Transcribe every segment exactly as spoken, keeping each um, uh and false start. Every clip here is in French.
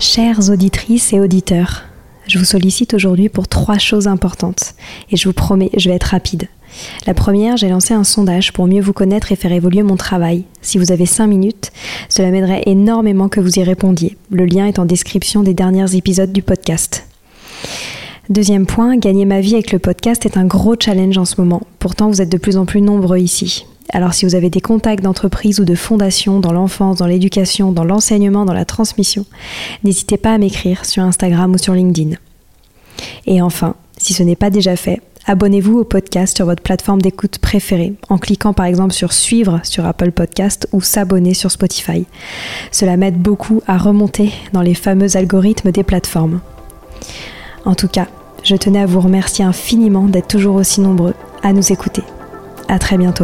Chères auditrices et auditeurs, je vous sollicite aujourd'hui pour trois choses importantes et je vous promets, je vais être rapide. La première, j'ai lancé un sondage pour mieux vous connaître et faire évoluer mon travail. Si vous avez cinq minutes, cela m'aiderait énormément que vous y répondiez. Le lien est en description des derniers épisodes du podcast. Deuxième point, gagner ma vie avec le podcast est un gros challenge en ce moment. Pourtant, vous êtes de plus en plus nombreux ici. Alors si vous avez des contacts d'entreprises ou de fondations dans l'enfance, dans l'éducation, dans l'enseignement, dans la transmission, n'hésitez pas à m'écrire sur Instagram ou sur LinkedIn. Et enfin, si ce n'est pas déjà fait, abonnez-vous au podcast sur votre plateforme d'écoute préférée en cliquant par exemple sur suivre sur Apple Podcast ou s'abonner sur Spotify. Cela m'aide beaucoup à remonter dans les fameux algorithmes des plateformes. En tout cas, je tenais à vous remercier infiniment d'être toujours aussi nombreux à nous écouter. À très bientôt.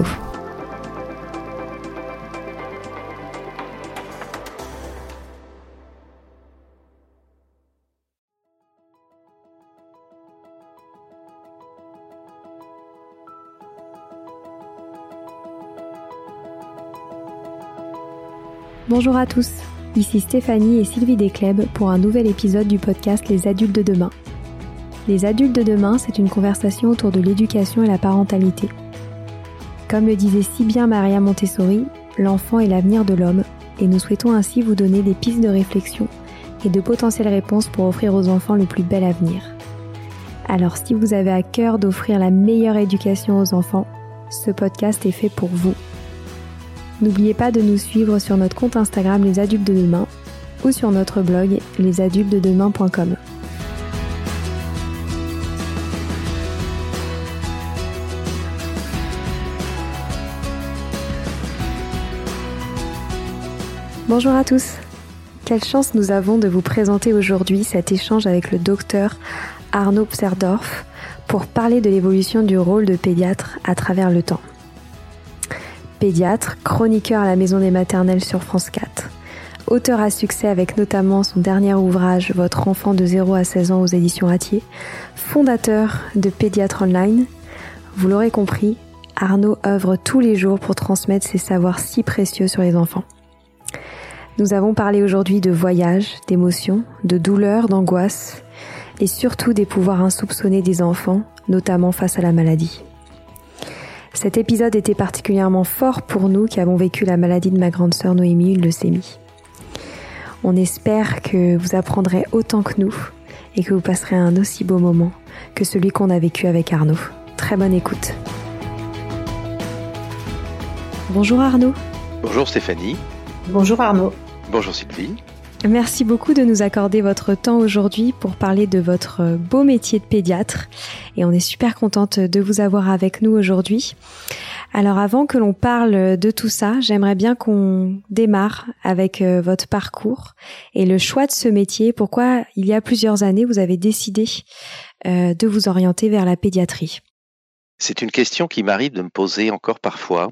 Bonjour à tous, ici Stéphanie et Sylvie Descleb pour un nouvel épisode du podcast Les Adultes de Demain. Les Adultes de Demain, c'est une conversation autour de l'éducation et la parentalité. Comme le disait si bien Maria Montessori, l'enfant est l'avenir de l'homme et nous souhaitons ainsi vous donner des pistes de réflexion et de potentielles réponses pour offrir aux enfants le plus bel avenir. Alors si vous avez à cœur d'offrir la meilleure éducation aux enfants, ce podcast est fait pour vous. N'oubliez pas de nous suivre sur notre compte Instagram Les Adultes de Demain ou sur notre blog les adultes de demain point com. Bonjour à tous. Quelle chance nous avons de vous présenter aujourd'hui cet échange avec le docteur Arnaud Pserdorf pour parler de l'évolution du rôle de pédiatre à travers le temps. Pédiatre, chroniqueur à la Maison des Maternelles sur France quatre, auteur à succès avec notamment son dernier ouvrage Votre enfant de zéro à seize ans aux éditions Hatier, fondateur de Pédiatre Online. Vous l'aurez compris, Arnaud œuvre tous les jours pour transmettre ses savoirs si précieux sur les enfants. Nous avons parlé aujourd'hui de voyage, d'émotions, de douleur, d'angoisse et surtout des pouvoirs insoupçonnés des enfants, notamment face à la maladie. Cet épisode était particulièrement fort pour nous qui avons vécu la maladie de ma grande sœur Noémie, une leucémie. On espère que vous apprendrez autant que nous et que vous passerez un aussi beau moment que celui qu'on a vécu avec Arnaud. Très bonne écoute. Bonjour Arnaud. Bonjour Stéphanie. Bonjour Arnaud. Bonjour Sylvie. Merci beaucoup de nous accorder votre temps aujourd'hui pour parler de votre beau métier de pédiatre et on est super contente de vous avoir avec nous aujourd'hui. Alors avant que l'on parle de tout ça, j'aimerais bien qu'on démarre avec votre parcours et le choix de ce métier. Pourquoi il y a plusieurs années vous avez décidé de vous orienter vers la pédiatrie? C'est une question qui m'arrive de me poser encore parfois.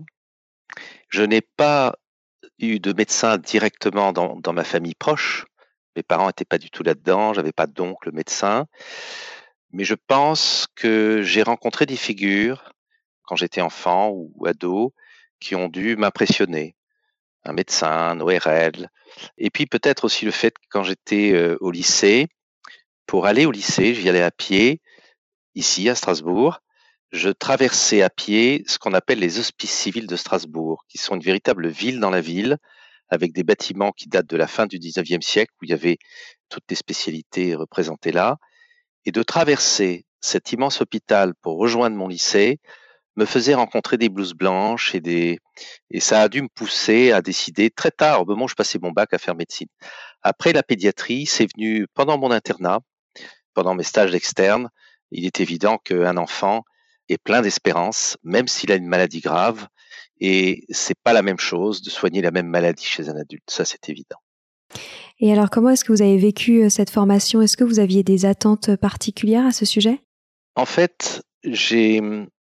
Je n'ai pas eu de médecin directement dans, dans ma famille proche. Mes parents n'étaient pas du tout là-dedans, j'avais pas d'oncle médecin. Mais je pense que j'ai rencontré des figures, quand j'étais enfant ou ado, qui ont dû m'impressionner. Un médecin, un O R L. Et puis peut-être aussi le fait que quand j'étais euh, au lycée, pour aller au lycée, j'y allais à pied, ici à Strasbourg. Je traversais à pied ce qu'on appelle les hospices civils de Strasbourg, qui sont une véritable ville dans la ville, avec des bâtiments qui datent de la fin du dix-neuvième siècle, où il y avait toutes les spécialités représentées là. Et de traverser cet immense hôpital pour rejoindre mon lycée me faisait rencontrer des blouses blanches et des et ça a dû me pousser à décider très tard, au moment où je passais mon bac, à faire médecine. Après la pédiatrie, c'est venu pendant mon internat, pendant mes stages externes. Il est évident qu'un enfant est plein d'espérance, même s'il a une maladie grave, et c'est pas la même chose de soigner la même maladie chez un adulte, ça c'est évident. Et alors comment est-ce que vous avez vécu cette formation? Est-ce que vous aviez des attentes particulières à ce sujet? En fait, j'ai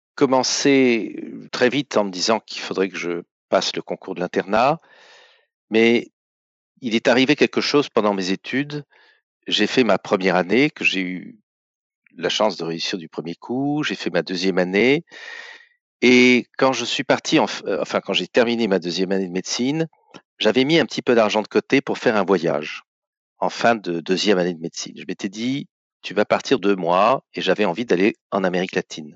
commencé très vite en me disant qu'il faudrait que je passe le concours de l'internat, mais il est arrivé quelque chose pendant mes études. J'ai fait ma première année, que j'ai eu la chance de réussir du premier coup, j'ai fait ma deuxième année, et quand je suis parti, en, enfin quand j'ai terminé ma deuxième année de médecine, j'avais mis un petit peu d'argent de côté pour faire un voyage en fin de deuxième année de médecine. Je m'étais dit, tu vas partir deux mois et j'avais envie d'aller en Amérique latine.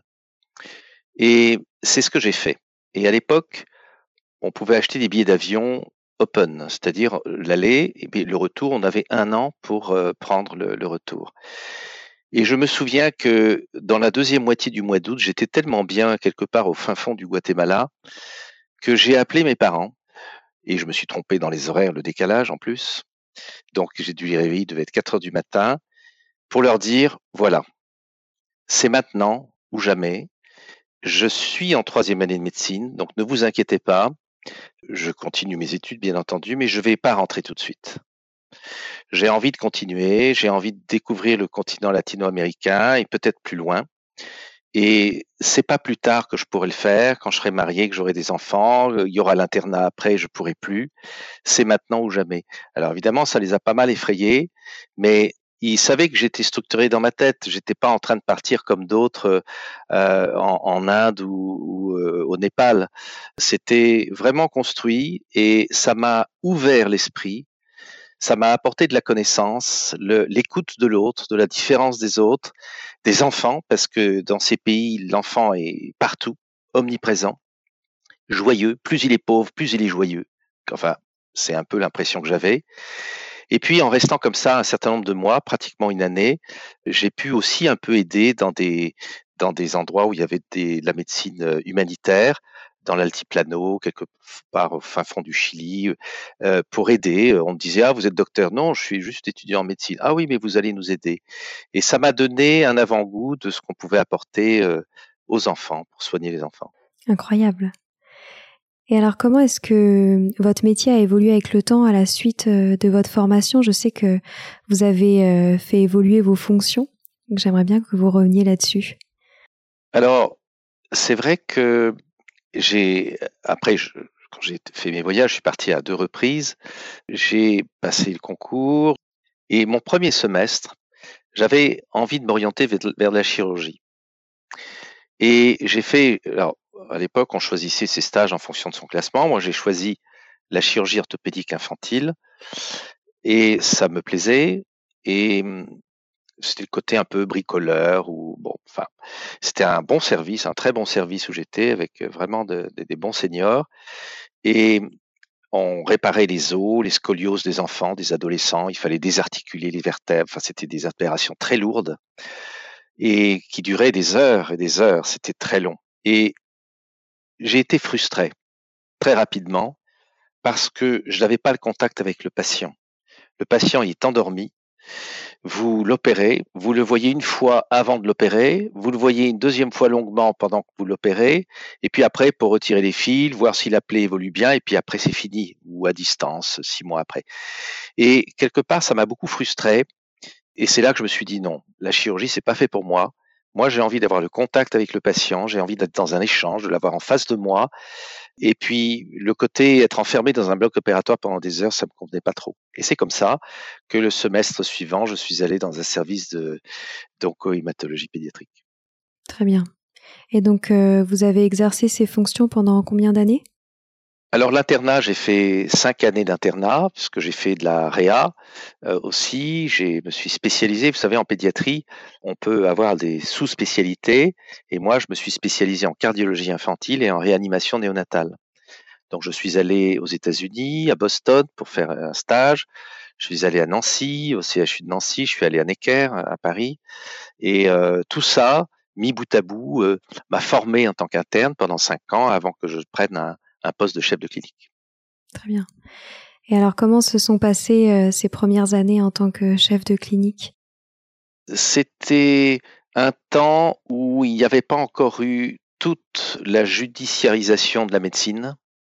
Et c'est ce que j'ai fait. Et à l'époque, on pouvait acheter des billets d'avion open, c'est-à-dire l'aller et puis le retour, on avait un an pour euh, prendre le, le retour. Et je me souviens que dans la deuxième moitié du mois d'août, j'étais tellement bien quelque part au fin fond du Guatemala que j'ai appelé mes parents et je me suis trompé dans les horaires, le décalage en plus. Donc j'ai dû les réveiller, il devait être quatre heures du matin, pour leur dire, voilà, c'est maintenant ou jamais. Je suis en troisième année de médecine, donc ne vous inquiétez pas. Je continue mes études, bien entendu, mais je ne vais pas rentrer tout de suite. J'ai envie de continuer, j'ai envie de découvrir le continent latino-américain et peut-être plus loin. Et c'est pas plus tard que je pourrai le faire, quand je serai marié, que j'aurai des enfants, il y aura l'internat après, je pourrai plus. C'est maintenant ou jamais. Alors évidemment, ça les a pas mal effrayés, mais ils savaient que j'étais structuré dans ma tête. J'étais pas en train de partir comme d'autres euh, en, en Inde ou, ou euh, au Népal. C'était vraiment construit et ça m'a ouvert l'esprit. Ça m'a apporté de la connaissance, le, l'écoute de l'autre, de la différence des autres, des enfants, parce que dans ces pays, l'enfant est partout, omniprésent, joyeux. Plus il est pauvre, plus il est joyeux. Enfin, c'est un peu l'impression que j'avais. Et puis, en restant comme ça un certain nombre de mois, pratiquement une année, j'ai pu aussi un peu aider dans des, dans des endroits où il y avait des, de la médecine humanitaire, dans l'altiplano, quelque part au fin fond du Chili, euh, pour aider. On me disait, ah, vous êtes docteur? Non, je suis juste étudiant en médecine. Ah oui, mais vous allez nous aider. Et ça m'a donné un avant-goût de ce qu'on pouvait apporter euh, aux enfants, pour soigner les enfants. Incroyable. Et alors, comment est-ce que votre métier a évolué avec le temps à la suite de votre formation? Je sais que vous avez fait évoluer vos fonctions, donc j'aimerais bien que vous reveniez là-dessus. Alors, c'est vrai que j'ai, après, je, quand j'ai fait mes voyages, je suis parti à deux reprises. J'ai passé le concours et mon premier semestre, j'avais envie de m'orienter vers, vers la chirurgie. Et j'ai fait, alors, à l'époque, on choisissait ses stages en fonction de son classement. Moi, j'ai choisi la chirurgie orthopédique infantile et ça me plaisait. Et c'était le côté un peu bricoleur ou bon, enfin, c'était un bon service, un très bon service où j'étais avec vraiment de, de, des bons seniors. Et on réparait les os, les scolioses des enfants, des adolescents. Il fallait désarticuler les vertèbres. Enfin, c'était des opérations très lourdes et qui duraient des heures et des heures. C'était très long. Et j'ai été frustré très rapidement parce que je n'avais pas le contact avec le patient. Le patient il est endormi. Vous l'opérez, vous le voyez une fois avant de l'opérer, vous le voyez une deuxième fois longuement pendant que vous l'opérez, et puis après pour retirer les fils, voir si la plaie évolue bien, et puis après c'est fini, ou à distance, six mois après. Et quelque part, ça m'a beaucoup frustré, et c'est là que je me suis dit non, la chirurgie, c'est pas fait pour moi. Moi, j'ai envie d'avoir le contact avec le patient, j'ai envie d'être dans un échange, de l'avoir en face de moi, et puis, le côté être enfermé dans un bloc opératoire pendant des heures, ça me convenait pas trop. Et c'est comme ça que le semestre suivant, je suis allé dans un service de, d'onco-hématologie pédiatrique. Très bien. Et donc, euh, vous avez exercé ces fonctions pendant combien d'années? Alors, l'internat, j'ai fait cinq années d'internat, puisque j'ai fait de la réa euh, aussi. Je me suis spécialisé, vous savez, en pédiatrie, on peut avoir des sous-spécialités. Et moi, je me suis spécialisé en cardiologie infantile et en réanimation néonatale. Donc, je suis allé aux États-Unis, à Boston, pour faire un stage. Je suis allé à Nancy, au C H U de Nancy. Je suis allé à Necker, à Paris. Et euh, tout ça, mis bout à bout, euh, m'a formé en tant qu'interne pendant cinq ans avant que je prenne un, un poste de chef de clinique. Très bien. Et alors, comment se sont passées euh, ces premières années en tant que chef de clinique? C'était un temps où il n'y avait pas encore eu toute la judiciarisation de la médecine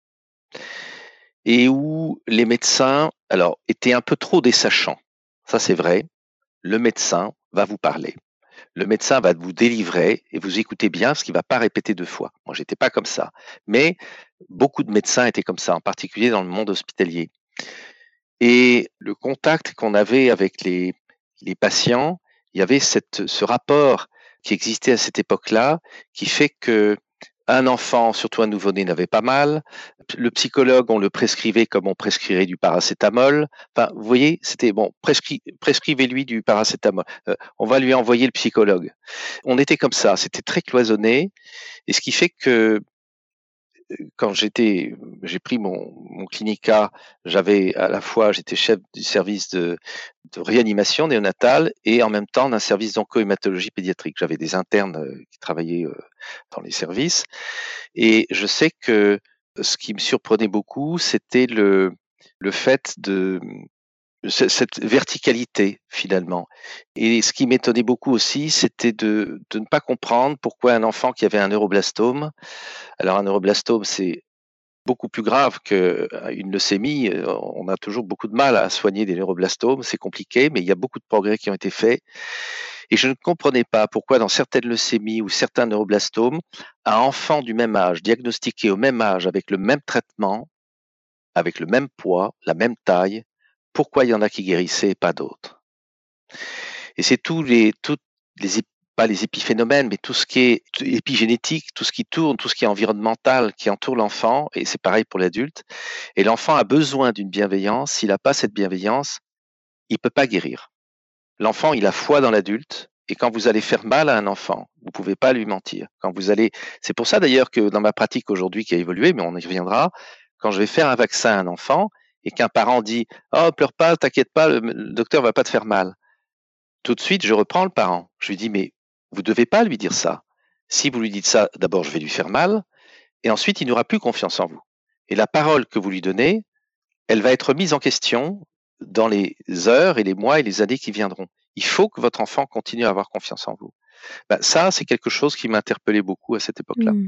et où les médecins, alors, étaient un peu trop des sachants. Ça, c'est vrai. Le médecin va vous parler. Le médecin va vous délivrer et vous écoutez bien parce qu'il ne va pas répéter deux fois. Moi, j'étais pas comme ça. Mais beaucoup de médecins étaient comme ça, en particulier dans le monde hospitalier. Et le contact qu'on avait avec les, les patients, il y avait cette, ce rapport qui existait à cette époque-là, qui fait que Un enfant, surtout un nouveau-né, n'avait pas mal. Le psychologue, on le prescrivait comme on prescrirait du paracétamol. Enfin, vous voyez, c'était bon, prescri- prescrivez-lui du paracétamol. Euh, on va lui envoyer le psychologue. On était comme ça, c'était très cloisonné. Et ce qui fait que quand j'étais, j'ai pris mon, mon clinica, j'avais à la fois, j'étais chef du service de, de réanimation néonatale et en même temps d'un service d'oncohématologie pédiatrique. J'avais des internes euh, qui travaillaient euh, dans les services et je sais que ce qui me surprenait beaucoup, c'était le, le fait de cette verticalité finalement. Et ce qui m'étonnait beaucoup aussi, c'était de, de ne pas comprendre pourquoi un enfant qui avait un neuroblastome, alors un neuroblastome c'est beaucoup plus grave qu'une leucémie. On a toujours beaucoup de mal à soigner des neuroblastomes, c'est compliqué, mais il y a beaucoup de progrès qui ont été faits. Et je ne comprenais pas pourquoi dans certaines leucémies ou certains neuroblastomes, un enfant du même âge, diagnostiqué au même âge, avec le même traitement, avec le même poids, la même taille, pourquoi il y en a qui guérissaient et pas d'autres. Et c'est tous les, toutes les, pas les épiphénomènes, mais tout ce qui est épigénétique, tout ce qui tourne, tout ce qui est environnemental, qui entoure l'enfant, et c'est pareil pour l'adulte. Et l'enfant a besoin d'une bienveillance. S'il n'a pas cette bienveillance, il ne peut pas guérir. L'enfant, il a foi dans l'adulte. Et quand vous allez faire mal à un enfant, vous ne pouvez pas lui mentir. Quand vous allez, c'est pour ça d'ailleurs que dans ma pratique aujourd'hui qui a évolué, mais on y reviendra, quand je vais faire un vaccin à un enfant et qu'un parent dit oh pleure pas, t'inquiète pas, le, le docteur va pas te faire mal. Tout de suite, je reprends le parent. Je lui dis mais vous devez pas lui dire ça. Si vous lui dites ça, d'abord je vais lui faire mal, et ensuite il n'aura plus confiance en vous. Et la parole que vous lui donnez, elle va être mise en question dans les heures et les mois et les années qui viendront. Il faut que votre enfant continue à avoir confiance en vous. Ben, ça, c'est quelque chose qui m'interpellait beaucoup à cette époque-là. Mmh.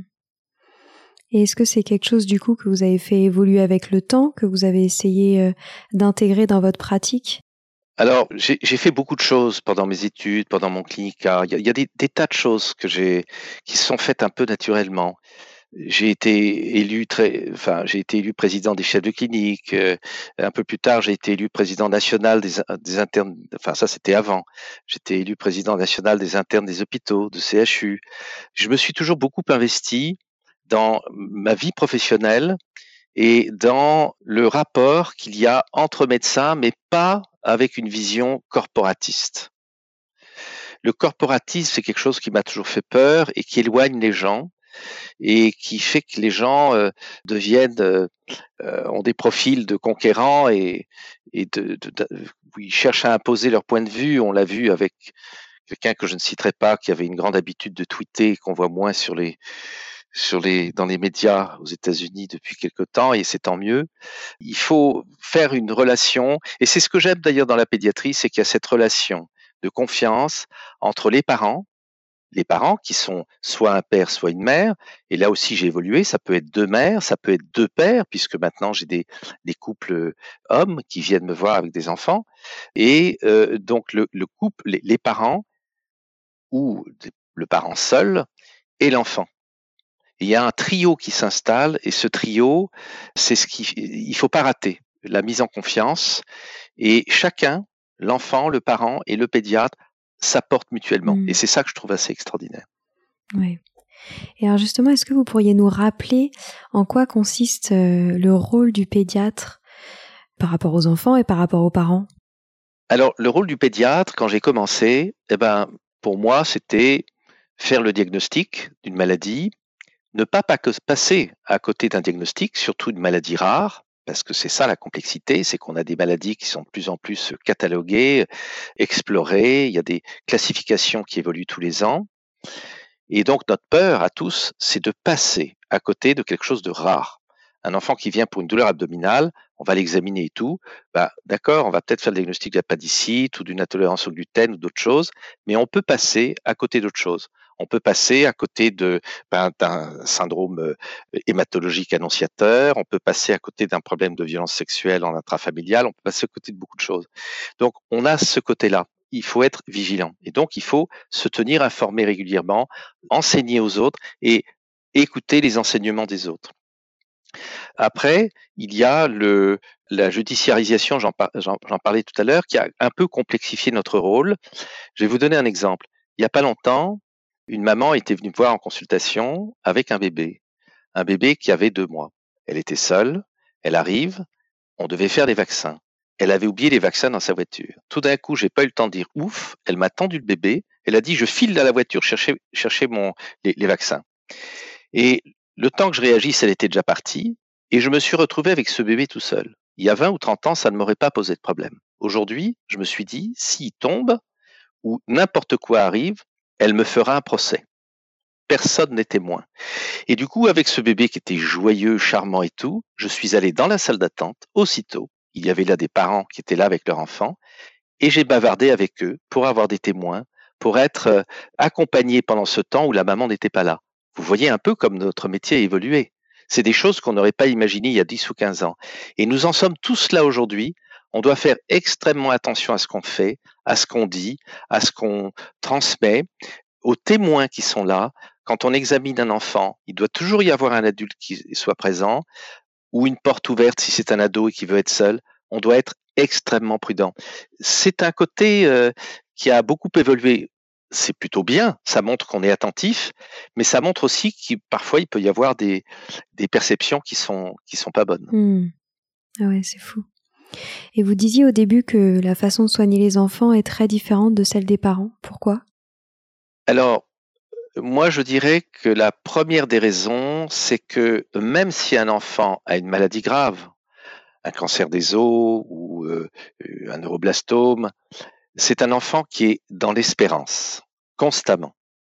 Et est-ce que c'est quelque chose du coup que vous avez fait évoluer avec le temps, que vous avez essayé euh, d'intégrer dans votre pratique? Alors, j'ai, j'ai fait beaucoup de choses pendant mes études, pendant mon clinica. Il y a, il y a des, des tas de choses que j'ai, qui se sont faites un peu naturellement. J'ai été élu très, enfin, j'ai été élu président des chefs de clinique. Euh, un peu plus tard, j'ai été élu président national des, des internes. Enfin, ça, c'était avant. J'étais élu président national des internes des hôpitaux, de C H U. Je me suis toujours beaucoup investi dans ma vie professionnelle et dans le rapport qu'il y a entre médecins, mais pas avec une vision corporatiste. Le corporatisme, c'est quelque chose qui m'a toujours fait peur et qui éloigne les gens et qui fait que les gens euh, deviennent euh, euh, ont des profils de conquérants et, et de, de, de, où ils cherchent à imposer leur point de vue. On l'a vu avec quelqu'un que je ne citerai pas, qui avait une grande habitude de tweeter, qu'on voit moins sur les sur les dans les médias aux États-Unis depuis quelque temps, et c'est tant mieux. Il faut faire une relation, et c'est ce que j'aime d'ailleurs dans la pédiatrie, c'est qu'il y a cette relation de confiance entre les parents les parents qui sont soit un père, soit une mère. Et là aussi, j'ai évolué. Ça peut être deux mères, ça peut être deux pères, puisque maintenant j'ai des, des couples hommes qui viennent me voir avec des enfants. Et euh, donc le, le couple, les, les parents ou le parent seul et l'enfant. Il y a un trio qui s'installe et ce trio, c'est ce qu'il il faut pas rater. La mise en confiance et chacun, l'enfant, le parent et le pédiatre, s'apportent mutuellement. Mmh. Et c'est ça que je trouve assez extraordinaire. Ouais. Et alors justement, est-ce que vous pourriez nous rappeler en quoi consiste euh, le rôle du pédiatre par rapport aux enfants et par rapport aux parents? Alors, le rôle du pédiatre, quand j'ai commencé, eh ben, pour moi, c'était faire le diagnostic d'une maladie, ne pas passer à côté d'un diagnostic, surtout une maladie rare, parce que c'est ça la complexité, c'est qu'on a des maladies qui sont de plus en plus cataloguées, explorées, il y a des classifications qui évoluent tous les ans. Et donc, notre peur à tous, c'est de passer à côté de quelque chose de rare. Un enfant qui vient pour une douleur abdominale, on va l'examiner et tout. Bah, d'accord, on va peut-être faire le diagnostic de l'appendicite ou d'une intolérance au gluten ou d'autres choses, mais on peut passer à côté d'autres choses. On peut passer à côté de, ben, d'un syndrome euh, hématologique annonciateur, on peut passer à côté d'un problème de violence sexuelle en intrafamilial, on peut passer à côté de beaucoup de choses. Donc, on a ce côté-là. Il faut être vigilant. Et donc, il faut se tenir informé régulièrement, enseigner aux autres et écouter les enseignements des autres. Après, il y a le, la judiciarisation, j'en, par, j'en, j'en parlais tout à l'heure, qui a un peu complexifié notre rôle. Je vais vous donner un exemple. Il n'y a pas longtemps, Une maman était venue me voir en consultation avec un bébé, un bébé qui avait deux mois. Elle était seule, elle arrive, on devait faire des vaccins. Elle avait oublié les vaccins dans sa voiture. Tout d'un coup, j'ai pas eu le temps de dire ouf, elle m'a tendu le bébé, elle a dit je file à la voiture chercher, chercher mon, les, les vaccins. Et le temps que je réagisse, elle était déjà partie, et je me suis retrouvé avec ce bébé tout seul. Il y a vingt ou trente ans, ça ne m'aurait pas posé de problème. Aujourd'hui, je me suis dit, s'il tombe, ou n'importe quoi arrive, elle me fera un procès. Personne n'est témoin. Et du coup, avec ce bébé qui était joyeux, charmant et tout, je suis allé dans la salle d'attente aussitôt. Il y avait là des parents qui étaient là avec leur enfant, et j'ai bavardé avec eux pour avoir des témoins, pour être euh, accompagné pendant ce temps où la maman n'était pas là. Vous voyez un peu comme notre métier a évolué. C'est des choses qu'on n'aurait pas imaginées il y a dix ou quinze ans. Et nous en sommes tous là aujourd'hui. On doit faire extrêmement attention à ce qu'on fait, à ce qu'on dit, à ce qu'on transmet, aux témoins qui sont là. Quand on examine un enfant, il doit toujours y avoir un adulte qui soit présent, ou une porte ouverte si c'est un ado et qui veut être seul. On doit être extrêmement prudent. C'est un côté euh, qui a beaucoup évolué. C'est plutôt bien, ça montre qu'on est attentif, mais ça montre aussi qu'il parfois il peut y avoir des, des perceptions qui sont qui sont pas bonnes. Mmh. Ah ouais, c'est fou. Et vous disiez au début que la façon de soigner les enfants est très différente de celle des parents. Pourquoi ? Alors, moi je dirais que la première des raisons, c'est que même si un enfant a une maladie grave, un cancer des os ou euh, un neuroblastome, c'est un enfant qui est dans l'espérance, constamment.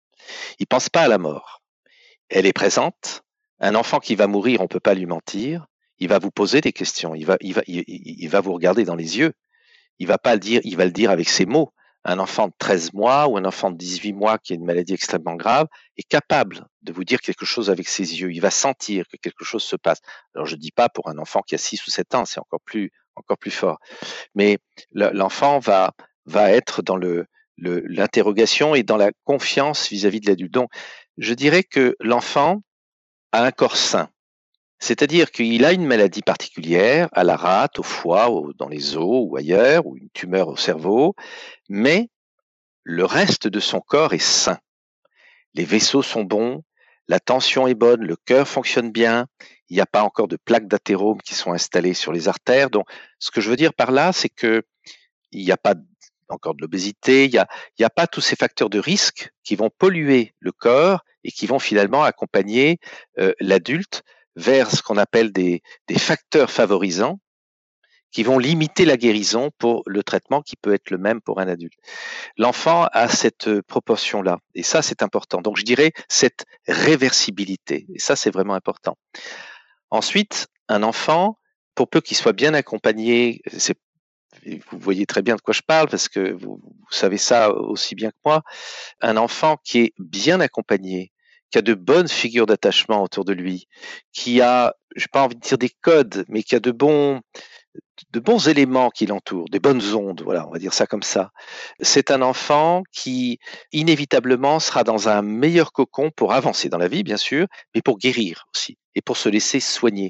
Il pense pas à la mort. Elle est présente. Un enfant qui va mourir, on peut pas lui mentir. Il va vous poser des questions. Il va, il va, il, il va vous regarder dans les yeux. Il va pas le dire, il va le dire avec ses mots. Un enfant de treize mois ou un enfant de dix-huit mois qui a une maladie extrêmement grave est capable de vous dire quelque chose avec ses yeux. Il va sentir que quelque chose se passe. Alors je dis pas pour un enfant qui a six ou sept ans, c'est encore plus, encore plus fort. Mais l'enfant va, va être dans le, le, l'interrogation et dans la confiance vis-à-vis de l'adulte. Donc, je dirais que l'enfant a un corps sain. C'est-à-dire qu'il a une maladie particulière, à la rate, au foie, au, dans les os ou ailleurs, ou une tumeur au cerveau, mais le reste de son corps est sain. Les vaisseaux sont bons, la tension est bonne, le cœur fonctionne bien, il n'y a pas encore de plaques d'athérome qui sont installées sur les artères. Donc, ce que je veux dire par là, c'est que il n'y a pas encore de l'obésité, il n'y a, il y a pas tous ces facteurs de risque qui vont polluer le corps et qui vont finalement accompagner euh, l'adulte vers ce qu'on appelle des, des facteurs favorisants qui vont limiter la guérison pour le traitement qui peut être le même pour un adulte. L'enfant a cette proportion-là, et ça c'est important. Donc je dirais cette réversibilité, et ça c'est vraiment important. Ensuite, un enfant, pour peu qu'il soit bien accompagné, c'est vous voyez très bien de quoi je parle parce que vous, vous savez ça aussi bien que moi, un enfant qui est bien accompagné, qui a de bonnes figures d'attachement autour de lui, qui a, j'ai pas envie de dire des codes, mais qui a de bons, de bons éléments qui l'entourent, des bonnes ondes, voilà, on va dire ça comme ça. C'est un enfant qui, inévitablement, sera dans un meilleur cocon pour avancer dans la vie, bien sûr, mais pour guérir aussi, et pour se laisser soigner.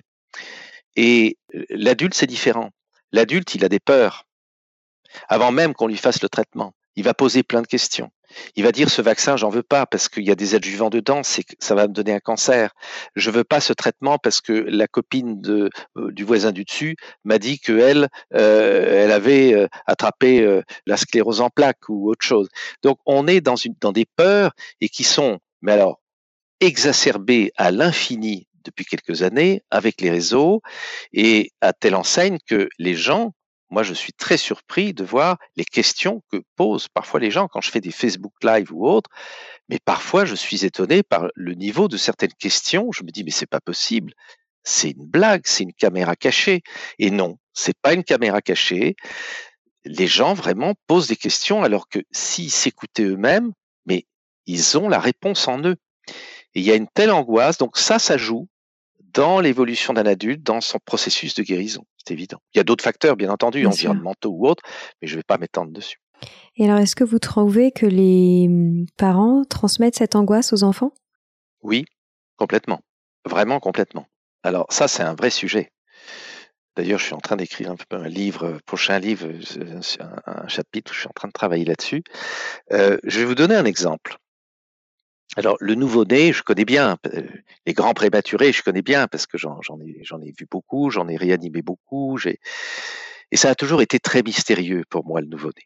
Et l'adulte, c'est différent. L'adulte, il a des peurs. Avant même qu'on lui fasse le traitement, il va poser plein de questions. Il va dire ce vaccin, j'en veux pas parce qu'il y a des adjuvants dedans, c'est que ça va me donner un cancer. Je veux pas ce traitement parce que la copine de, euh, du voisin du dessus m'a dit que elle, euh, elle avait euh, attrapé euh, la sclérose en plaques ou autre chose. Donc on est dans une dans des peurs et qui sont, mais alors exacerbées à l'infini depuis quelques années avec les réseaux et à telle enseigne que les gens, moi je suis très surpris de voir les questions que posent parfois les gens quand je fais des Facebook Live ou autres, mais parfois je suis étonné par le niveau de certaines questions, je me dis mais c'est pas possible, c'est une blague, c'est une caméra cachée. Et non, c'est pas une caméra cachée. Les gens vraiment posent des questions alors que s'ils s'écoutaient eux-mêmes, mais ils ont la réponse en eux. Et il y a une telle angoisse, donc ça, ça joue dans l'évolution d'un adulte, dans son processus de guérison, c'est évident. Il y a d'autres facteurs, bien entendu, bien environnementaux sûr. Ou autres, mais je ne vais pas m'étendre dessus. Et alors, est-ce que vous trouvez que les parents transmettent cette angoisse aux enfants ? Oui, complètement. Vraiment complètement. Alors ça, c'est un vrai sujet. D'ailleurs, je suis en train d'écrire un, peu un livre, prochain livre, un, un chapitre, je suis en train de travailler là-dessus. Euh, je vais vous donner un exemple. Alors, le nouveau-né, je connais bien. euh, Les grands prématurés, je connais bien parce que j'en j'en ai, j'en ai vu beaucoup, j'en ai réanimé beaucoup. J'ai... Et ça a toujours été très mystérieux pour moi, le nouveau-né.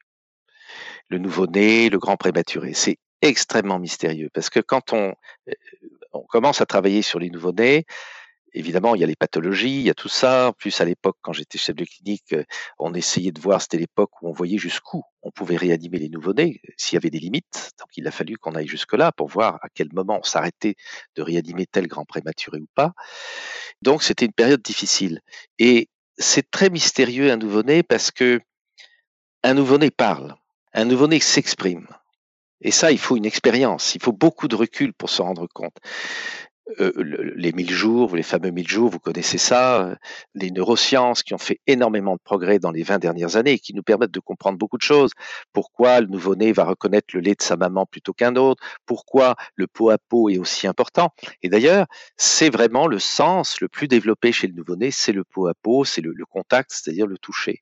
Le nouveau-né, le grand prématuré, c'est extrêmement mystérieux parce que quand on, euh, on commence à travailler sur les nouveau-nés, évidemment, il y a les pathologies, il y a tout ça. En plus, à l'époque, quand j'étais chef de clinique, euh, on essayait de voir, c'était l'époque où on voyait jusqu'où on pouvait réanimer les nouveau-nés, euh, s'il y avait des limites. Donc, il a fallu qu'on aille jusque-là pour voir à quel moment on s'arrêtait de réanimer tel grand prématuré ou pas. Donc, c'était une période difficile. Et c'est très mystérieux un nouveau-né parce que un nouveau-né parle, un nouveau-né s'exprime. Et ça, il faut une expérience, il faut beaucoup de recul pour se rendre compte. Euh, le- les mille jours, les fameux mille jours, vous connaissez ça, euh, les neurosciences qui ont fait énormément de progrès dans les vingt dernières années et qui nous permettent de comprendre beaucoup de choses. Pourquoi le nouveau-né va reconnaître le lait de sa maman plutôt qu'un autre, pourquoi le pot à pot est aussi important. Et d'ailleurs, c'est vraiment le sens le plus développé chez le nouveau-né, c'est le pot à pot, c'est le, le contact, c'est-à-dire le toucher.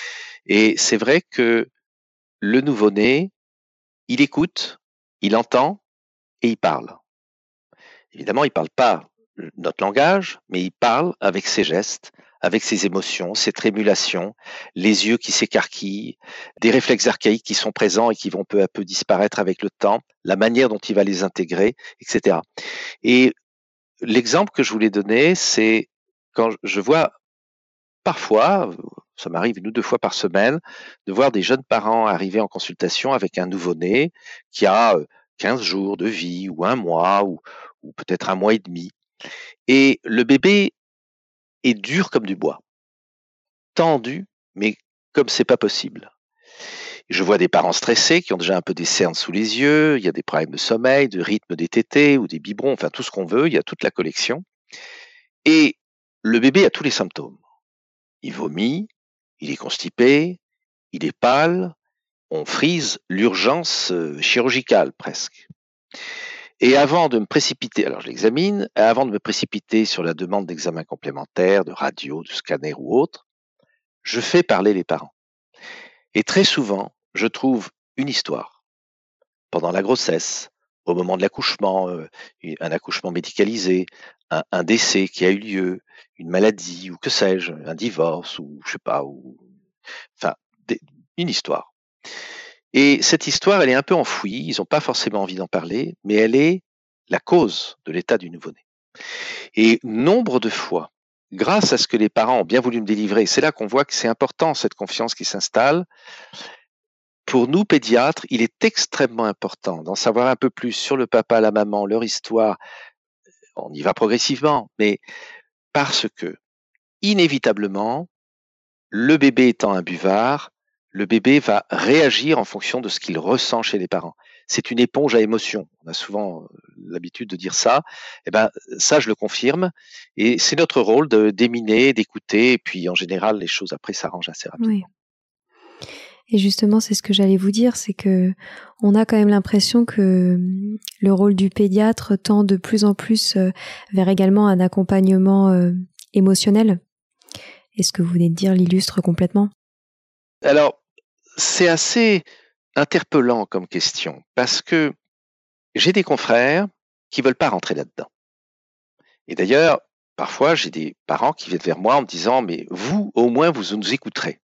Et c'est vrai que le nouveau-né, il écoute, il entend et il parle. Évidemment, il ne parle pas notre langage, mais il parle avec ses gestes, avec ses émotions, ses trémulations, les yeux qui s'écarquillent, des réflexes archaïques qui sont présents et qui vont peu à peu disparaître avec le temps, la manière dont il va les intégrer, et cetera. Et l'exemple que je voulais donner, c'est quand je vois parfois, ça m'arrive une ou deux fois par semaine, de voir des jeunes parents arriver en consultation avec un nouveau-né qui a euh, quinze jours de vie ou un mois ou, ou peut-être un mois et demi. Et le bébé est dur comme du bois, tendu, mais comme c'est pas possible. Je vois des parents stressés qui ont déjà un peu des cernes sous les yeux, il y a des problèmes de sommeil, de rythme des tétés ou des biberons, enfin tout ce qu'on veut, il y a toute la collection. Et le bébé a tous les symptômes. Il vomit, il est constipé, il est pâle, on frise l'urgence euh, chirurgicale presque. Et avant de me précipiter, alors je l'examine, avant de me précipiter sur la demande d'examen complémentaire, de radio, de scanner ou autre, je fais parler les parents. Et très souvent, je trouve une histoire. Pendant la grossesse, au moment de l'accouchement, euh, un accouchement médicalisé, un, un décès qui a eu lieu, une maladie ou que sais-je, un divorce ou je sais pas, ou enfin des, une histoire. Et cette histoire, elle est un peu enfouie, ils n'ont pas forcément envie d'en parler, mais elle est la cause de l'état du nouveau-né. Et nombre de fois, grâce à ce que les parents ont bien voulu me délivrer, c'est là qu'on voit que c'est important cette confiance qui s'installe. Pour nous, pédiatres, il est extrêmement important d'en savoir un peu plus sur le papa, la maman, leur histoire. On y va progressivement, mais parce que, inévitablement, le bébé étant un buvard, le bébé va réagir en fonction de ce qu'il ressent chez les parents. C'est une éponge à émotions. On a souvent l'habitude de dire ça. Eh ben, ça, je le confirme. Et c'est notre rôle de déminer, d'écouter. Et puis, en général, les choses après s'arrangent assez Oui. rapidement. Et justement, c'est ce que j'allais vous dire, c'est que on a quand même l'impression que le rôle du pédiatre tend de plus en plus vers également un accompagnement euh, émotionnel. Et ce que vous venez de dire l'illustre complètement. Alors, c'est assez interpellant comme question parce que j'ai des confrères qui veulent pas rentrer là-dedans. Et d'ailleurs, parfois, j'ai des parents qui viennent vers moi en me disant, mais vous, au moins, vous nous écouterez.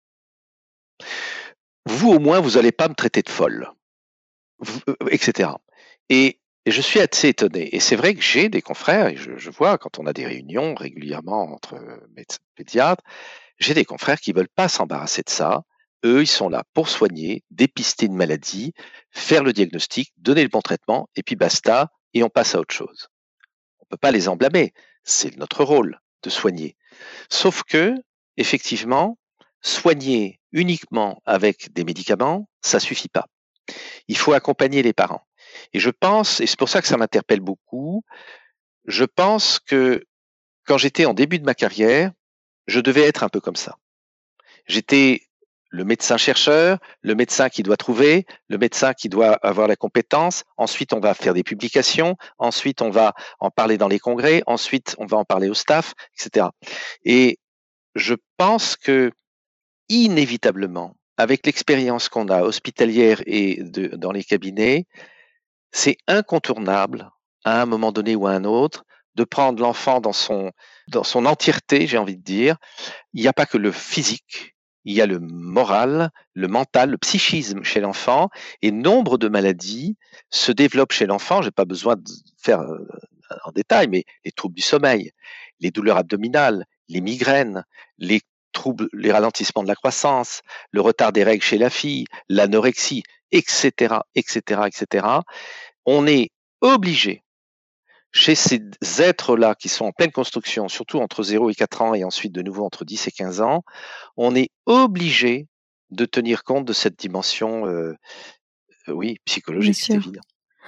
Vous, au moins, vous n'allez pas me traiter de folle, vous, euh, et cetera. Et, et je suis assez étonné. Et c'est vrai que j'ai des confrères, et je, je vois quand on a des réunions régulièrement entre médecins pédiatres, j'ai des confrères qui veulent pas s'embarrasser de ça. Eux, ils sont là pour soigner, dépister une maladie, faire le diagnostic, donner le bon traitement, et puis basta, et on passe à autre chose. On peut pas les en blâmer. C'est notre rôle de soigner. Sauf que, effectivement, soigner uniquement avec des médicaments, ça suffit pas. Il faut accompagner les parents. Et je pense, et c'est pour ça que ça m'interpelle beaucoup, je pense que quand j'étais en début de ma carrière, je devais être un peu comme ça. J'étais le médecin chercheur, le médecin qui doit trouver, le médecin qui doit avoir la compétence. Ensuite, on va faire des publications. Ensuite, on va en parler dans les congrès. Ensuite, on va en parler au staff, et cetera. Et je pense que inévitablement, avec l'expérience qu'on a hospitalière et de, dans les cabinets, c'est incontournable, à un moment donné ou à un autre, de prendre l'enfant dans son, dans son entièreté, j'ai envie de dire. Il n'y a pas que le physique, il y a le moral, le mental, le psychisme chez l'enfant, et nombre de maladies se développent chez l'enfant. J'ai pas besoin de faire euh, en détail, mais les troubles du sommeil, les douleurs abdominales, les migraines, les troubles, les ralentissements de la croissance, le retard des règles chez la fille, l'anorexie, et cetera, et cetera, et cetera. On est obligé, chez ces êtres-là qui sont en pleine construction, surtout entre zéro et quatre ans et ensuite de nouveau entre dix et quinze ans, on est obligé de tenir compte de cette dimension, euh, euh, oui, psychologique, c'est évident.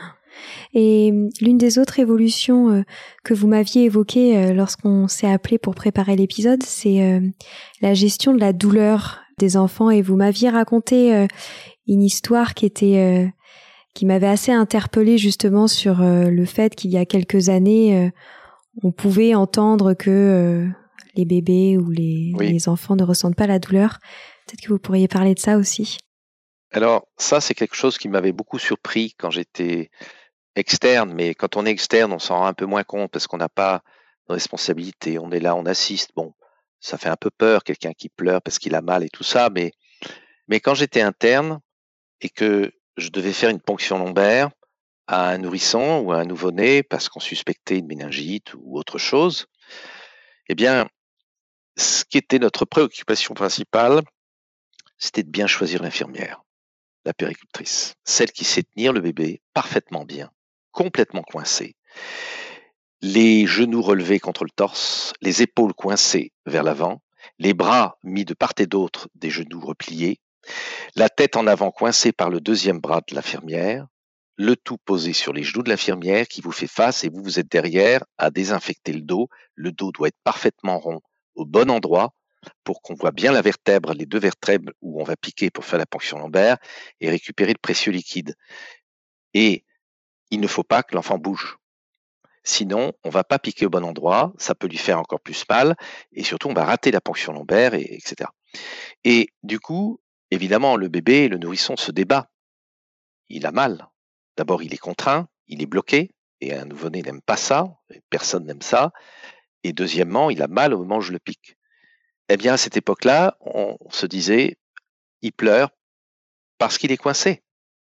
Et l'une des autres évolutions euh, que vous m'aviez évoquées euh, lorsqu'on s'est appelé pour préparer l'épisode, c'est euh, la gestion de la douleur des enfants. Et vous m'aviez raconté euh, une histoire qui était euh, qui m'avait assez interpellée justement sur euh, le fait qu'il y a quelques années, euh, on pouvait entendre que euh, les bébés ou les, oui. les enfants ne ressentent pas la douleur. Peut-être que vous pourriez parler de ça aussi. Alors ça, c'est quelque chose qui m'avait beaucoup surpris quand j'étais externe, mais quand on est externe, on s'en rend un peu moins compte parce qu'on n'a pas de responsabilité. On est là, on assiste. Bon, ça fait un peu peur, quelqu'un qui pleure parce qu'il a mal et tout ça, mais, mais quand j'étais interne et que je devais faire une ponction lombaire à un nourrisson ou à un nouveau-né parce qu'on suspectait une méningite ou autre chose, eh bien, ce qui était notre préoccupation principale, c'était de bien choisir l'infirmière, la puéricultrice, celle qui sait tenir le bébé parfaitement bien, complètement coincé, les genoux relevés contre le torse, les épaules coincées vers l'avant, les bras mis de part et d'autre des genoux repliés, la tête en avant coincée par le deuxième bras de l'infirmière, le tout posé sur les genoux de l'infirmière qui vous fait face et vous, vous êtes derrière à désinfecter le dos. Le dos doit être parfaitement rond au bon endroit pour qu'on voit bien la vertèbre, les deux vertèbres où on va piquer pour faire la ponction lombaire et récupérer le précieux liquide. Et il ne faut pas que l'enfant bouge. Sinon, on ne va pas piquer au bon endroit, ça peut lui faire encore plus mal et surtout, on va rater la ponction lombaire, et, etc. Et du coup, évidemment, le bébé, le nourrisson se débat. Il a mal. D'abord, il est contraint, il est bloqué, et un nouveau-né n'aime pas ça, personne n'aime ça. Et deuxièmement, il a mal au moment où je le pique. Eh bien, à cette époque-là, on se disait, il pleure parce qu'il est coincé.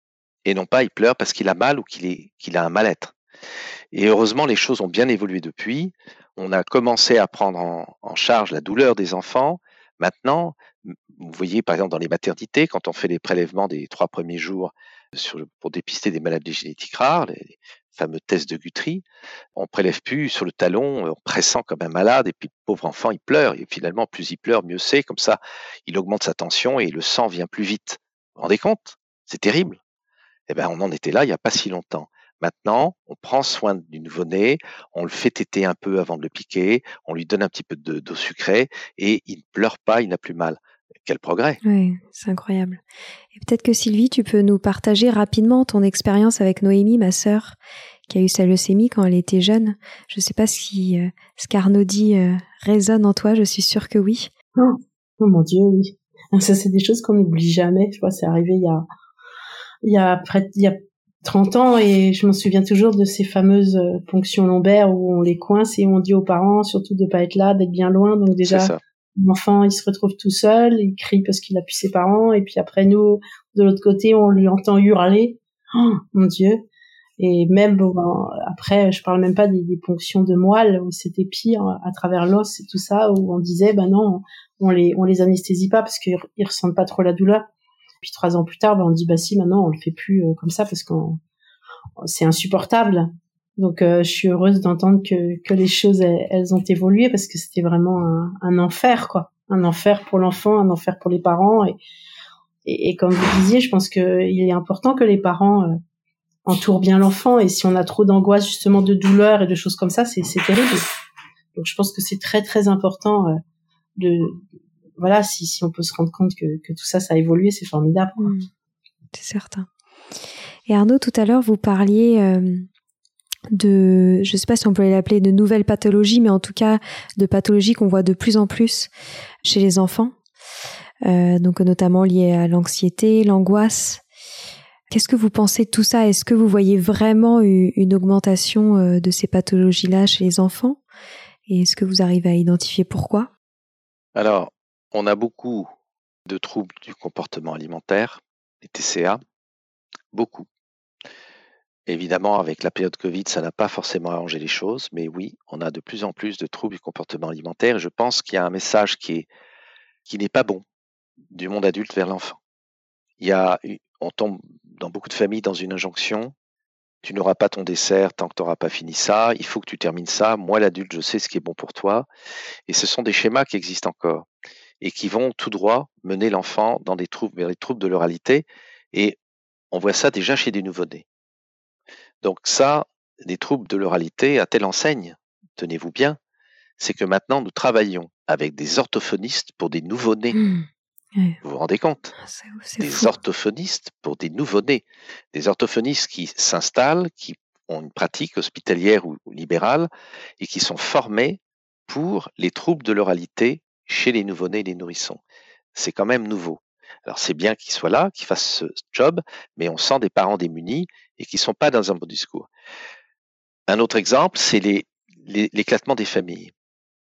Et non pas, il pleure parce qu'il a mal ou qu'il est, qu'il a un mal-être. Et heureusement, les choses ont bien évolué depuis. On a commencé à prendre en, en charge la douleur des enfants. Maintenant, vous voyez, par exemple, dans les maternités, quand on fait les prélèvements des trois premiers jours sur le, pour dépister des maladies génétiques rares, les fameux tests de Guthrie, on prélève plus sur le talon en pressant comme un malade, et puis le pauvre enfant, il pleure. Et finalement, plus il pleure, mieux c'est. Comme ça, il augmente sa tension et le sang vient plus vite. Vous vous rendez compte? C'est terrible. Eh bien, on en était là il n'y a pas si longtemps. Maintenant, on prend soin du nouveau-né, on le fait téter un peu avant de le piquer, on lui donne un petit peu de, d'eau sucrée et il ne pleure pas, il n'a plus mal. Quel progrès! Oui, c'est incroyable. Et peut-être que Sylvie, tu peux nous partager rapidement ton expérience avec Noémie, ma sœur, qui a eu sa leucémie quand elle était jeune. Je ne sais pas si euh, ce qu'Arnaud dit euh, résonne en toi, je suis sûre que oui. Oh, oh mon Dieu, oui. Ça, c'est des choses qu'on n'oublie jamais. Je crois que c'est arrivé il y a, il y a près, il y a trente ans et je m'en souviens toujours de ces fameuses ponctions lombaires où on les coince et on dit aux parents surtout de pas être là, d'être bien loin. Donc déjà, l'enfant, il se retrouve tout seul, il crie parce qu'il a plus ses parents et puis après nous, de l'autre côté, on lui entend hurler. Oh mon Dieu. Et même bon, après, je parle même pas des, des ponctions de moelle où c'était pire à travers l'os et tout ça où on disait ben non, on les on les anesthésie pas parce qu'ils ils ressentent pas trop la douleur. Puis trois ans plus tard, ben on dit bah si maintenant on le fait plus euh, comme ça parce que c'est insupportable. Donc euh, je suis heureuse d'entendre que que les choses elles, elles ont évolué parce que c'était vraiment un, un enfer quoi, un enfer pour l'enfant, un enfer pour les parents et et, et comme vous disiez, je pense que il est important que les parents euh, entourent bien l'enfant et si on a trop d'angoisse justement de douleur et de choses comme ça, c'est c'est terrible. Donc je pense que c'est très très important euh, de voilà, si, si on peut se rendre compte que, que tout ça, ça a évolué, c'est formidable. Mmh, c'est certain. Et Arnaud, tout à l'heure, vous parliez euh, de, je ne sais pas si on peut l'appeler de nouvelles pathologies, mais en tout cas de pathologies qu'on voit de plus en plus chez les enfants, euh, donc notamment liées à l'anxiété, l'angoisse. Qu'est-ce que vous pensez de tout ça? Est-ce que vous voyez vraiment une augmentation de ces pathologies-là chez les enfants? Et est-ce que vous arrivez à identifier pourquoi? Alors, on a beaucoup de troubles du comportement alimentaire, les T C A, beaucoup. Évidemment, avec la période Covid, ça n'a pas forcément arrangé les choses, mais oui, on a de plus en plus de troubles du comportement alimentaire. Et je pense qu'il y a un message qui est, qui n'est pas bon du monde adulte vers l'enfant. Il y a, on tombe dans beaucoup de familles dans une injonction. Tu n'auras pas ton dessert tant que tu n'auras pas fini ça. Il faut que tu termines ça. Moi, l'adulte, je sais ce qui est bon pour toi. Et ce sont des schémas qui existent encore et qui vont tout droit mener l'enfant dans des troubles, vers les troubles de l'oralité. Et on voit ça déjà chez des nouveau-nés. Donc ça, des troubles de l'oralité, à telle enseigne, tenez-vous bien, c'est que maintenant nous travaillons avec des orthophonistes pour des nouveau-nés. Mmh. Ouais. Vous vous rendez compte? C'est, c'est Des fou. orthophonistes pour des nouveau-nés. Des orthophonistes qui s'installent, qui ont une pratique hospitalière ou, ou libérale et qui sont formés pour les troubles de l'oralité chez les nouveau-nés et les nourrissons. C'est quand même nouveau. Alors c'est bien qu'ils soient là, qu'ils fassent ce job, mais on sent des parents démunis et qui ne sont pas dans un bon discours. Un autre exemple, c'est les, les, l'éclatement des familles.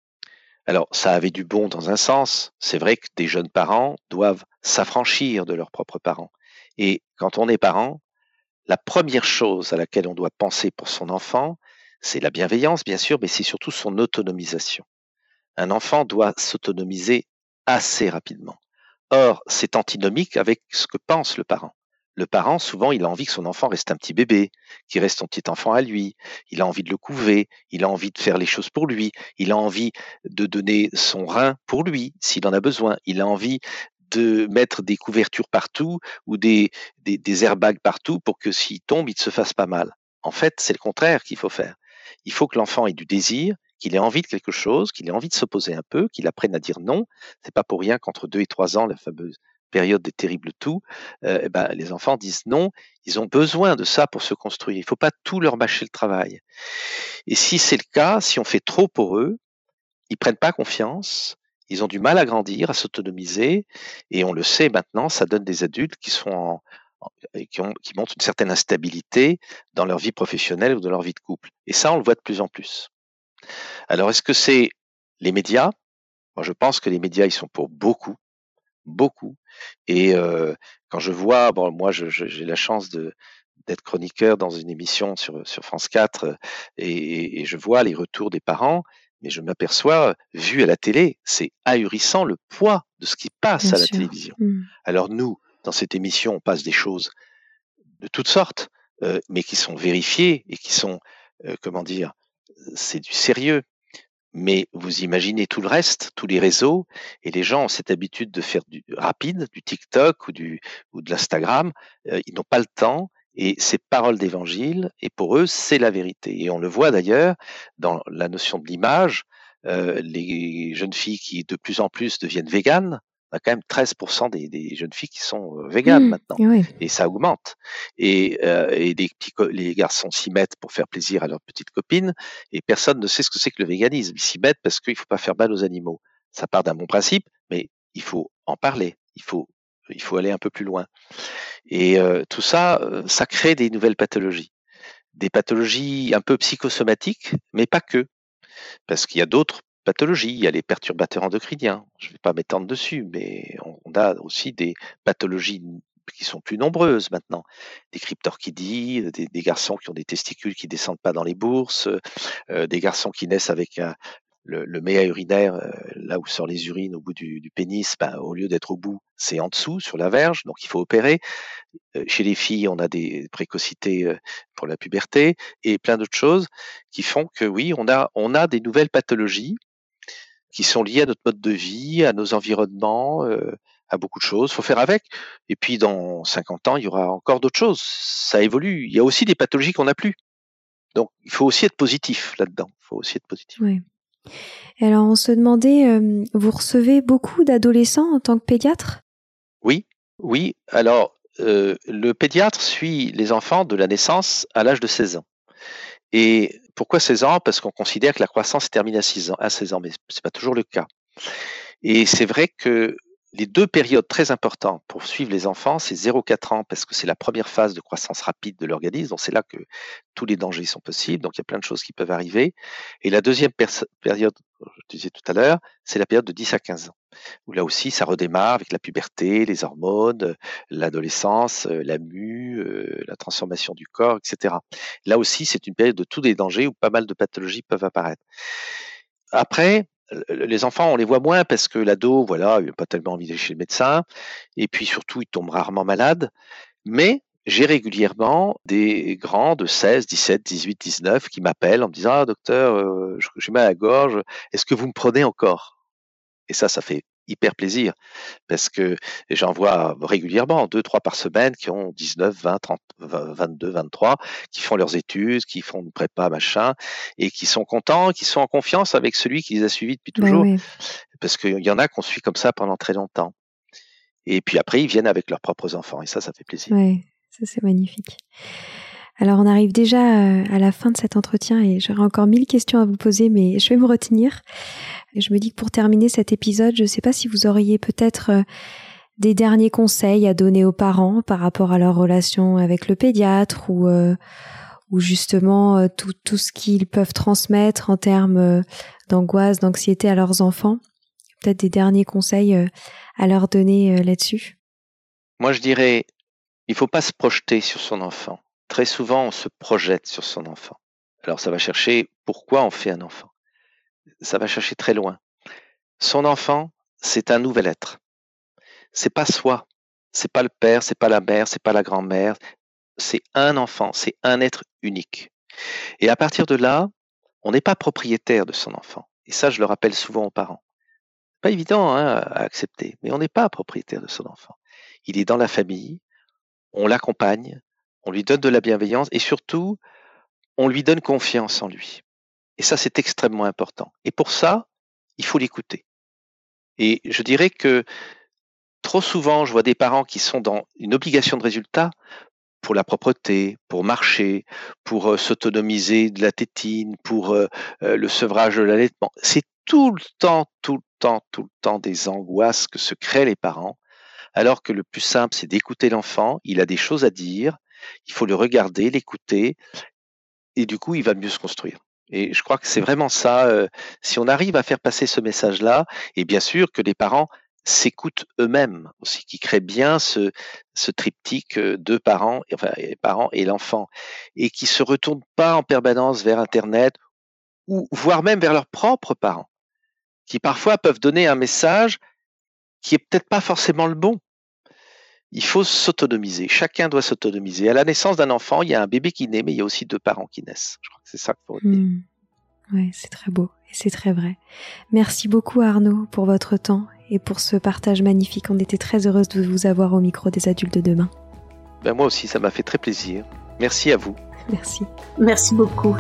Alors, ça avait du bon dans un sens. C'est vrai que des jeunes parents doivent s'affranchir de leurs propres parents. Et quand on est parent, la première chose à laquelle on doit penser pour son enfant, c'est la bienveillance, bien sûr, mais c'est surtout son autonomisation. Un enfant doit s'autonomiser assez rapidement. Or, c'est antinomique avec ce que pense le parent. Le parent, souvent, il a envie que son enfant reste un petit bébé, qu'il reste son petit enfant à lui. Il a envie de le couver, il a envie de faire les choses pour lui, il a envie de donner son rein pour lui, s'il en a besoin. Il a envie de mettre des couvertures partout ou des, des, des airbags partout pour que s'il tombe, il ne se fasse pas mal. En fait, c'est le contraire qu'il faut faire. Il faut que l'enfant ait du désir, qu'il ait envie de quelque chose, qu'il ait envie de s'opposer un peu, qu'il apprenne à dire non. C'est pas pour rien qu'entre deux et trois ans, la fameuse période des terribles toux, euh, eh ben, les enfants disent non. Ils ont besoin de ça pour se construire. Il ne faut pas tout leur mâcher le travail. Et si c'est le cas, si on fait trop pour eux, ils prennent pas confiance. Ils ont du mal à grandir, à s'autonomiser, et on le sait maintenant, ça donne des adultes qui sont en, en- qui, ont, qui montrent une certaine instabilité dans leur vie professionnelle ou dans leur vie de couple. Et ça, on le voit de plus en plus. Alors, est-ce que c'est les médias? Moi, je pense que les médias, ils sont pour beaucoup, beaucoup. Et euh, quand je vois, bon, moi, je, je, j'ai la chance de d'être chroniqueur dans une émission sur, sur France quatre euh, et, et je vois les retours des parents, mais je m'aperçois, vu à la télé, c'est ahurissant le poids de ce qui passe Bien à la sûr. télévision. Mmh. Alors nous, dans cette émission, on passe des choses de toutes sortes, euh, mais qui sont vérifiées et qui sont, euh, comment dire, c'est du sérieux. Mais vous imaginez tout le reste, tous les réseaux, et les gens ont cette habitude de faire du rapide, du TikTok ou, du, ou de l'Instagram. Euh, ils n'ont pas le temps, et c'est parole d'évangile, et pour eux, c'est la vérité. Et on le voit d'ailleurs dans la notion de l'image, euh, les jeunes filles qui de plus en plus deviennent véganes, on a quand même treize pour cent des, des jeunes filles qui sont euh, véganes Mmh. maintenant, Ouais. et ça augmente. Et, euh, et des petits co- les garçons s'y mettent pour faire plaisir à leurs petites copines, et personne ne sait ce que c'est que le véganisme. Ils s'y mettent parce qu'il ne faut pas faire mal aux animaux. Ça part d'un bon principe, mais il faut en parler, il faut, il faut aller un peu plus loin. Et euh, tout ça, euh, ça crée des nouvelles pathologies. Des pathologies un peu psychosomatiques, mais pas que. Parce qu'il y a d'autres pathologies. Il y a les perturbateurs endocriniens. Je ne vais pas m'étendre dessus, mais on, on a aussi des pathologies qui sont plus nombreuses maintenant. Des cryptorchidis, des, des garçons qui ont des testicules qui descendent pas dans les bourses, euh, des garçons qui naissent avec un, le, le méa urinaire, euh, là où sortent les urines au bout du, du pénis, ben, au lieu d'être au bout, c'est en dessous, sur la verge, donc il faut opérer. Euh, chez les filles, on a des précocités euh, pour la puberté et plein d'autres choses qui font que oui, on a, on a des nouvelles pathologies qui sont liées à notre mode de vie, à nos environnements, euh, à beaucoup de choses. Il faut faire avec. Et puis dans cinquante ans, il y aura encore d'autres choses. Ça évolue. Il y a aussi des pathologies qu'on n'a plus. Donc il faut aussi être positif là-dedans. Il faut aussi être positif. Ouais. Et alors, on se demandait, euh, vous recevez beaucoup d'adolescents en tant que pédiatre? Oui, oui. Alors, euh, le pédiatre suit les enfants de la naissance à l'âge de seize ans. Et pourquoi seize ans? Parce qu'on considère que la croissance se termine à six ans, à seize ans, mais c'est pas toujours le cas. Et c'est vrai que les deux périodes très importantes pour suivre les enfants, c'est zéro à quatre ans, parce que c'est la première phase de croissance rapide de l'organisme, donc c'est là que tous les dangers sont possibles, donc il y a plein de choses qui peuvent arriver. Et la deuxième pers- période, je disais tout à l'heure, c'est la période de dix à quinze ans, où là aussi ça redémarre avec la puberté, les hormones, l'adolescence, la mue, la transformation du corps, et cetera. Là aussi, c'est une période de tous les dangers où pas mal de pathologies peuvent apparaître. Après, les enfants, on les voit moins parce que l'ado, voilà, il n'a pas tellement envie d'aller chez le médecin, et puis surtout, il tombe rarement malade, mais j'ai régulièrement des grands de seize, dix-sept, dix-huit, dix-neuf qui m'appellent en me disant « Ah, docteur, euh, j'ai mal à la gorge, est-ce que vous me prenez encore ?» Et ça, ça fait hyper plaisir, parce que j'en vois régulièrement, deux, trois par semaine, qui ont dix-neuf, vingt, trente, vingt-deux, vingt-trois, qui font leurs études, qui font une prépa, machin, et qui sont contents, qui sont en confiance avec celui qui les a suivis depuis toujours, Ben oui. Parce qu'il y en a qu'on suit comme ça pendant très longtemps. Et puis après, ils viennent avec leurs propres enfants, et ça, ça fait plaisir. Oui, ça c'est magnifique. Alors on arrive déjà à la fin de cet entretien et j'aurais encore mille questions à vous poser, mais je vais me retenir. Je me dis que pour terminer cet épisode, je ne sais pas si vous auriez peut-être des derniers conseils à donner aux parents par rapport à leur relation avec le pédiatre ou, euh, ou justement tout, tout ce qu'ils peuvent transmettre en termes d'angoisse, d'anxiété à leurs enfants. Peut-être des derniers conseils à leur donner là-dessus. Moi, je dirais, il ne faut pas se projeter sur son enfant. Très souvent, on se projette sur son enfant. Alors, ça va chercher pourquoi on fait un enfant. Ça va chercher très loin. Son enfant, c'est un nouvel être. C'est pas soi. C'est pas le père, c'est pas la mère, c'est pas la grand-mère. C'est un enfant, c'est un être unique. Et à partir de là, on n'est pas propriétaire de son enfant. Et ça, je le rappelle souvent aux parents. Pas évident hein, à accepter, mais on n'est pas propriétaire de son enfant. Il est dans la famille, on l'accompagne, on lui donne de la bienveillance et surtout, on lui donne confiance en lui. Et ça, c'est extrêmement important. Et pour ça, il faut l'écouter. Et je dirais que trop souvent, je vois des parents qui sont dans une obligation de résultat pour la propreté, pour marcher, pour euh, s'autonomiser de la tétine, pour euh, euh, le sevrage de l'allaitement. C'est tout le temps, tout le temps, tout le temps des angoisses que se créent les parents, alors que le plus simple, c'est d'écouter l'enfant. Il a des choses à dire, il faut le regarder, l'écouter, et du coup, il va mieux se construire. Et je crois que c'est vraiment ça, euh, si on arrive à faire passer ce message-là, et bien sûr que les parents s'écoutent eux-mêmes aussi, qui créent bien ce, ce triptyque de parents, enfin les parents et l'enfant, et qui se retournent pas en permanence vers Internet, ou voire même vers leurs propres parents, qui parfois peuvent donner un message qui est peut-être pas forcément le bon. Il faut s'autonomiser, chacun doit s'autonomiser. À la naissance d'un enfant, il y a un bébé qui naît, mais il y a aussi deux parents qui naissent. Je crois que c'est ça qu'il faut retenir. Mmh. Oui, c'est très beau et c'est très vrai. Merci beaucoup Arnaud pour votre temps et pour ce partage magnifique. On était très heureuse de vous avoir au micro des Adultes de demain. Ben moi aussi, ça m'a fait très plaisir. Merci à vous. Merci. Merci beaucoup.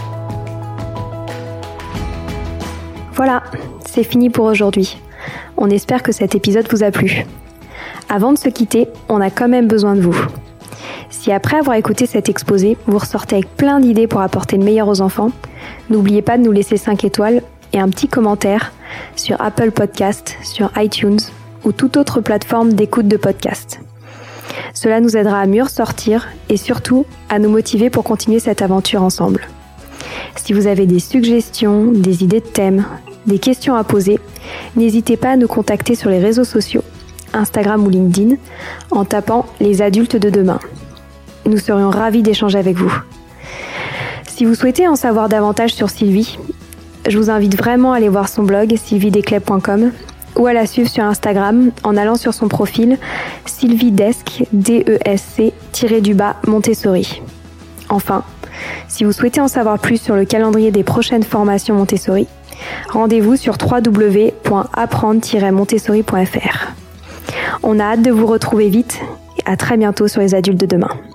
Voilà, c'est fini pour aujourd'hui. On espère que cet épisode vous a plu. Avant de se quitter, on a quand même besoin de vous. Si après avoir écouté cet exposé, vous ressortez avec plein d'idées pour apporter le meilleur aux enfants, n'oubliez pas de nous laisser cinq étoiles et un petit commentaire sur Apple Podcast, sur iTunes ou toute autre plateforme d'écoute de podcast. Cela nous aidera à mieux ressortir et surtout à nous motiver pour continuer cette aventure ensemble. Si vous avez des suggestions, des idées de thèmes, des questions à poser, n'hésitez pas à nous contacter sur les réseaux sociaux, Instagram ou LinkedIn, en tapant « Les Adultes de demain ». Nous serions ravis d'échanger avec vous. Si vous souhaitez en savoir davantage sur Sylvie, je vous invite vraiment à aller voir son blog sylvie desclés point com ou à la suivre sur Instagram en allant sur son profil sylviedesc, D E S C, tiré du bas, Montessori. Enfin, si vous souhaitez en savoir plus sur le calendrier des prochaines formations Montessori, rendez-vous sur w w w point apprendre tiret montessori point f r. On a hâte de vous retrouver vite et à très bientôt sur les Adultes de demain.